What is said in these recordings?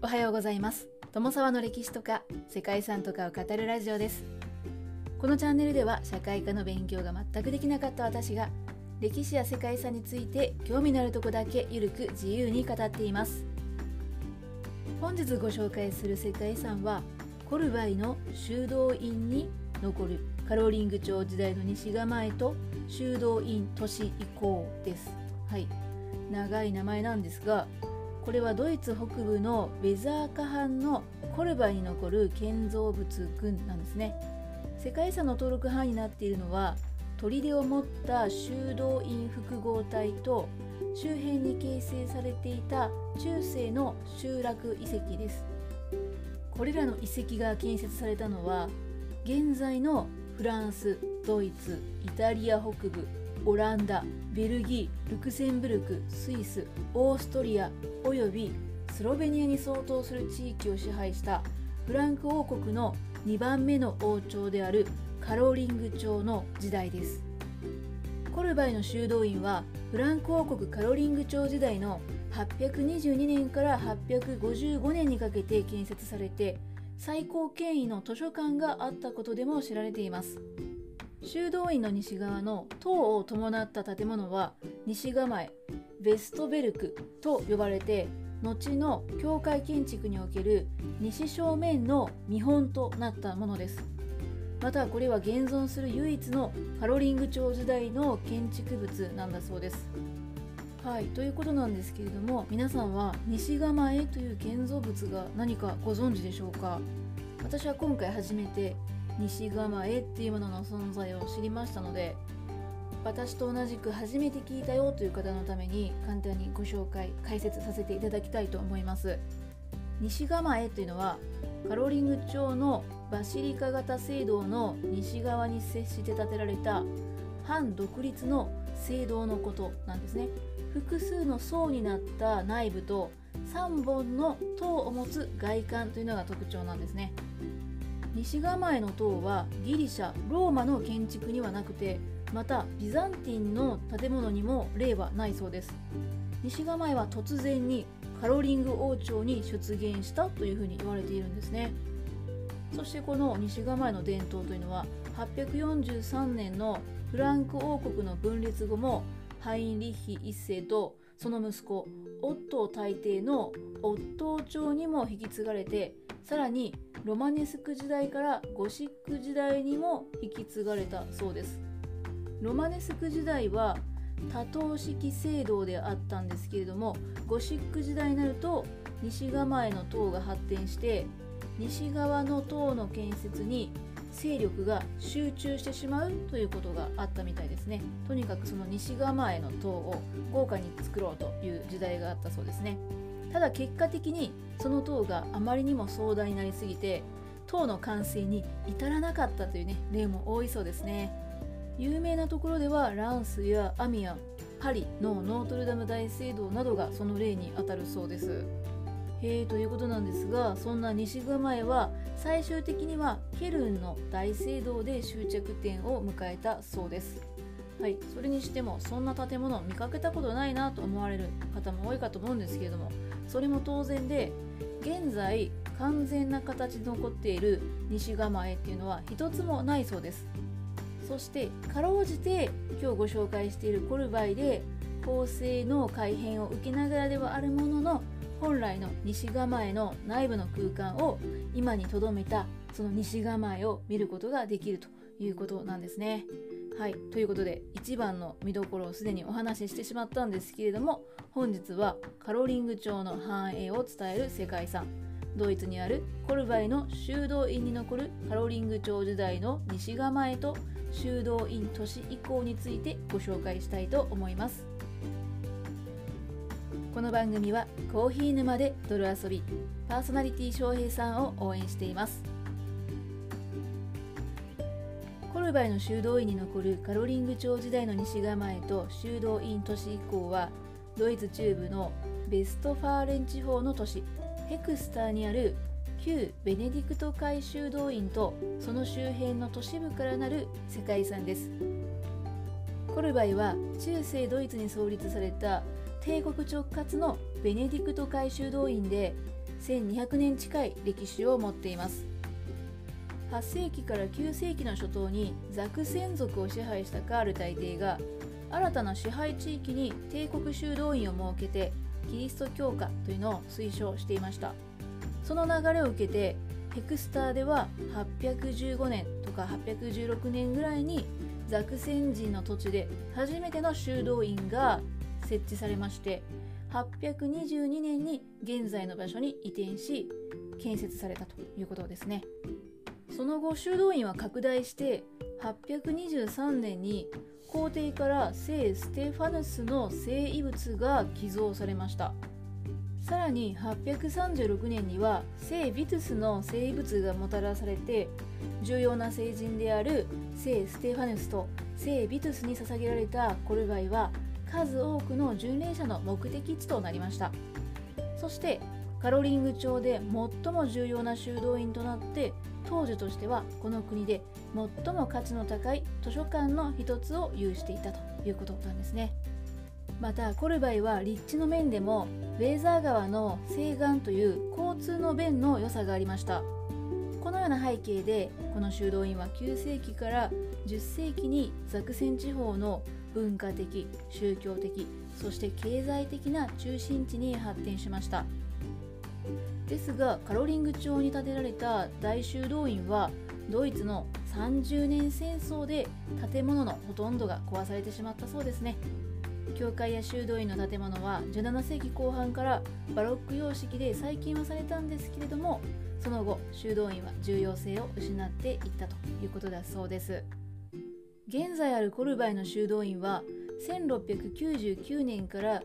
はようございます。友沢の歴史とか世界遺産とかを語るラジオです。このチャンネルでは社会科の勉強が全くできなかった私が歴史や世界遺産について興味のあるとこだけゆるく自由に語っています。本日ご紹介する世界遺産はコルバイの修道院に残るカロリング朝時代の西構えと修道院都市遺構です。はい、長い名前なんですが、これはドイツ北部のウェザーカ藩のコルバイに残る建造物群なんですね。世界遺産の登録範囲になっているのは砦を持った修道院複合体と周辺に形成されていた中世の集落遺跡です。これらの遺跡が建設されたのは現在のフランス、ドイツ、イタリア北部、オランダ、ベルギー、ルクセンブルク、スイス、オーストリアおよびスロベニアに相当する地域を支配したフランク王国の2番目の王朝であるカロリング朝の時代です。コルバイの修道院はフランク王国カロリング朝時代の822年から855年にかけて建設されて、最高権威の図書館があったことでも知られています。修道院の西側の塔を伴った建物は西構え、ヴェストベルクと呼ばれて、後の教会建築における西正面の見本となったものです。またこれは現存する唯一のカロリング朝時代の建築物なんだそうです。はい、ということなんですけれども、皆さんは西構えという建造物が何かご存知でしょうか？私は今回初めて西構えっていうものの存在を知りましたので、私と同じく初めて聞いたよという方のために簡単にご紹介解説させていただきたいと思います。西構えというのはカロリング朝のバシリカ型聖堂の西側に接して建てられた反独立の聖堂のことなんですね。複数の層になった内部と3本の塔を持つ外観というのが特徴なんですね。西構えの塔はギリシャ、ローマの建築にはなくて、またビザンティンの建物にも例はないそうです。西構えは突然にカロリング王朝に出現したというふうに言われているんですね。そしてこの西構えの伝統というのは843年のフランク王国の分裂後もハインリッヒ一世とその息子オットー大帝のオットー朝にも引き継がれて、さらにロマネスク時代からゴシック時代にも引き継がれたそうです。ロマネスク時代は多塔式聖堂であったんですけれども、ゴシック時代になると西構えの塔が発展して西側の塔の建設に勢力が集中してしまうということがあったみたいですね。とにかくその西構えの塔を豪華に作ろうという時代があったそうですね。ただ結果的にその塔があまりにも壮大になりすぎて塔の完成に至らなかったという例も多いそうですね。有名なところではランスやアミアン、パリのノートルダム大聖堂などがその例にあたるそうです。ということなんですが、そんな西構えは最終的にはケルンの大聖堂で終着点を迎えたそうです。はい、それにしてもそんな建物を見かけたことないなと思われる方も多いかと思うんですけれども、それも当然で、現在完全な形で残っている西構えっていうのは一つもないそうです。そしてかろうじて今日ご紹介しているコルバイで構成の改変を受けながらではあるものの、本来の西構えの内部の空間を今に留めたその西構えを見ることができるということなんですね。はい、ということで一番の見どころをすでにお話ししてしまったんですけれども、本日はカロリング朝の繁栄を伝える世界遺産、ドイツにあるコルバイの修道院に残るカロリング朝時代の西構えと修道院都市遺構についてご紹介したいと思います。この番組はコーヒー沼で泥遊び、パーソナリティ翔平さんを応援しています。コルバイの修道院に残るカロリング朝時代の西構えと修道院都市遺構は、ドイツ中部のベストファーレン地方の都市ヘクスターにある旧ベネディクト会修道院とその周辺の都市部からなる世界遺産です。コルバイは中世ドイツに創立された帝国直轄のベネディクト会修道院で、 1200年近い歴史を持っています。8世紀から9世紀の初頭にザクセン族を支配したカール大帝が新たな支配地域に帝国修道院を設けてキリスト教化というのを推奨していました。その流れを受けてヘクスターでは815年とか816年ぐらいにザクセン人の土地で初めての修道院が設置されまして、822年に現在の場所に移転し建設されたということですね。その後修道院は拡大して823年に皇帝から聖ステファヌスの聖遺物が寄贈されました。さらに836年には聖ビトゥスの聖遺物がもたらされて、重要な聖人である聖ステファヌスと聖ビトゥスに捧げられたコルバイは数多くの巡礼者の目的地となりました。そしてカロリング朝で最も重要な修道院となって、当時としてはこの国で最も価値の高い図書館の一つを有していたということなんですね。またコルバイは立地の面でもウェーザー川の西岸という交通の便の良さがありました。このような背景でこの修道院は9世紀から10世紀にザクセン地方の文化的、宗教的、そして経済的な中心地に発展しました。ですがカロリング朝に建てられた大修道院はドイツの30年戦争で建物のほとんどが壊されてしまったそうですね。教会や修道院の建物は17世紀後半からバロック様式で再建はされたんですけれども、その後修道院は重要性を失っていったということだそうです。現在あるコルバイの修道院は1699年から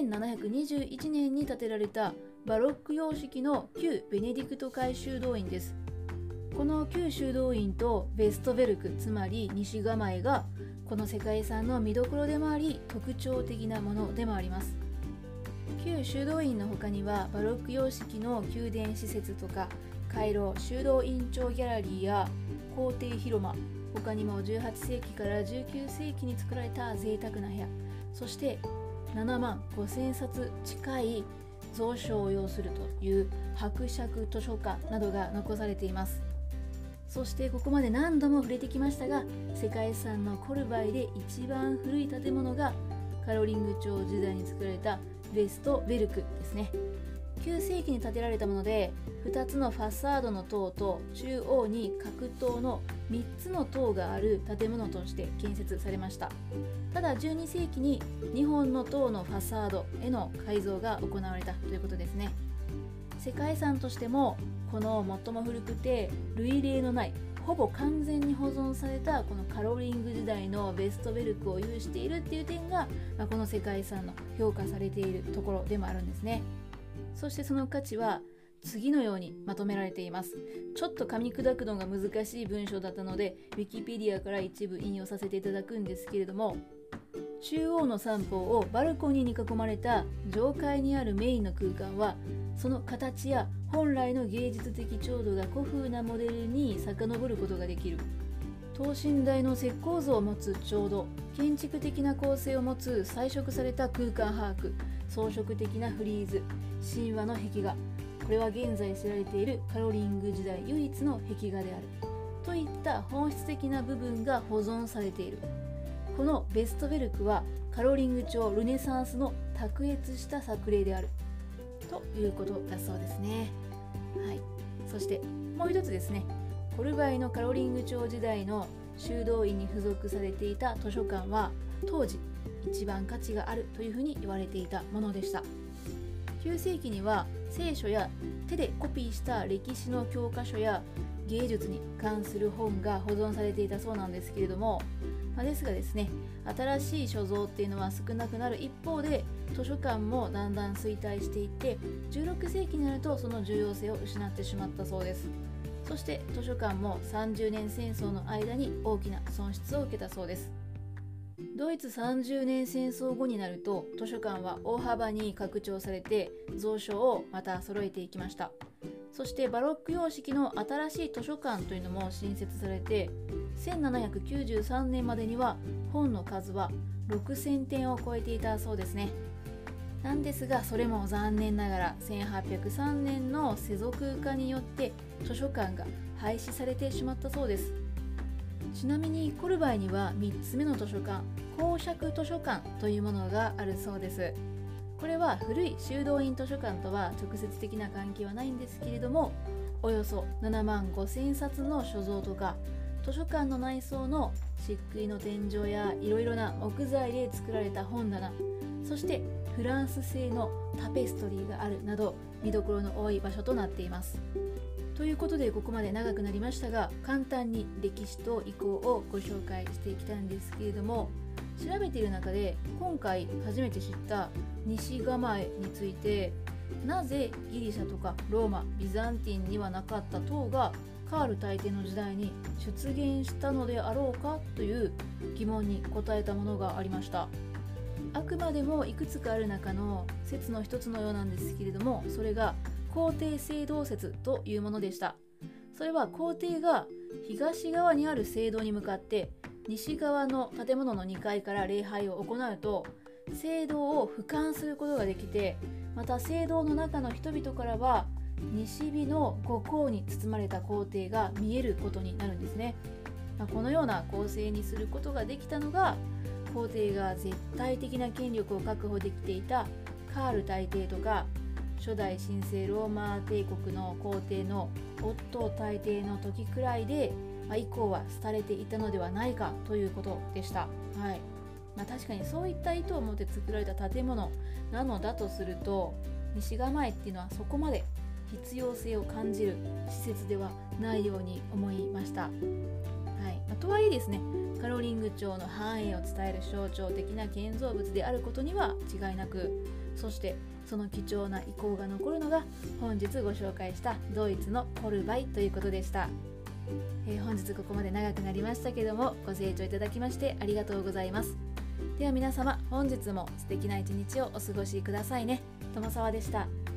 1721年に建てられたバロック様式の旧ベネディクト会修道院です。この旧修道院とベストベルク、つまり西構えがこの世界遺産の見どころでもあり特徴的なものでもあります。旧修道院の他にはバロック様式の宮殿施設とか回廊、修道院長ギャラリーや皇帝広間、他にも18世紀から19世紀に作られた贅沢な部屋、そして7万5000冊近い蔵書を要するという伯爵図書館などが残されています。そしてここまで何度も触れてきましたが、世界遺産のコルバイで一番古い建物がカロリング朝時代に作られたベストベルクですね。9世紀に建てられたもので、2つのファサードの塔と中央に角塔の3つの塔がある建物として建設されました。ただ12世紀に2本の塔のファサードへの改造が行われたということですね。世界遺産としてもこの最も古くて類例のないほぼ完全に保存されたこのカロリング時代のベストベルクを有しているっていう点が、この世界遺産の評価されているところでもあるんですね。そしてその価値は次のようにまとめられています。ちょっと噛み砕くのが難しい文章だったので Wikipedia から一部引用させていただくんですけれども、中央の三方をバルコニーに囲まれた上階にあるメインの空間は、その形や本来の芸術的調度が古風なモデルに遡ることができる。等身大の石膏像を持つ調度、建築的な構成を持つ彩色された空間把握、装飾的なフリーズ、神話の壁画、これは現在知られているカロリング時代唯一の壁画であるといった本質的な部分が保存されている。このベストベルクはカロリング朝ルネサンスの卓越した作例であるということだそうですね。はい、そしてもう一つですね、コルバイのカロリング朝時代の修道院に付属されていた図書館は当時一番価値があるというふうに言われていたものでした。9世紀には聖書や手でコピーした歴史の教科書や芸術に関する本が保存されていたそうなんですけれども、ですがですね、新しい所蔵っていうのは少なくなる一方で、図書館もだんだん衰退していって16世紀になるとその重要性を失ってしまったそうです。そして図書館も30年戦争の間に大きな損失を受けたそうです。ドイツ30年戦争後になると図書館は大幅に拡張されて蔵書をまた揃えていきました。そしてバロック様式の新しい図書館というのも新設されて、1793年までには本の数は6000点を超えていたそうですね。 なんですが、それも残念ながら1803年の世俗化によって図書館が廃止されてしまったそうです。ちなみにコルバイには3つ目の図書館、公爵図書館というものがあるそうです。これは古い修道院図書館とは直接的な関係はないんですけれども、およそ7万5,000冊の所蔵とか、図書館の内装の漆喰の天井やいろいろな木材で作られた本棚、そしてフランス製のタペストリーがあるなど、見どころの多い場所となっています。ということで、ここまで長くなりましたが、簡単に歴史と遺構をご紹介してきたんですけれども、調べている中で今回初めて知った西構えについて、なぜギリシャとかローマ、ビザンティンにはなかった塔がカール大帝の時代に出現したのであろうかという疑問に答えたものがありました。あくまでもいくつかある中の説の一つのようなんですけれども、それが皇帝聖堂説というものでした。それは皇帝が東側にある聖堂に向かって西側の建物の2階から礼拝を行うと、聖堂を俯瞰することができて、また聖堂の中の人々からは西日の五光に包まれた皇帝が見えることになるんですね。このような構成にすることができたのが、皇帝が絶対的な権力を確保できていたカール大帝とか、初代神聖ローマ帝国の皇帝のオットー大帝の時くらいで、以降は廃れていたのではないかということでした。確かにそういった意図を持って作られた建物なのだとすると、西構えっていうのはそこまで必要性を感じる施設ではないように思いました。とはいえですね、カロリング朝の繁栄を伝える象徴的な建造物であることには違いなく、そしてその貴重な遺構が残るのが本日ご紹介したドイツのコルバイということでした。本日ここまで長くなりましたけども、ご清聴いただきましてありがとうございます。では皆様、本日も素敵な一日をお過ごしくださいね。友沢でした。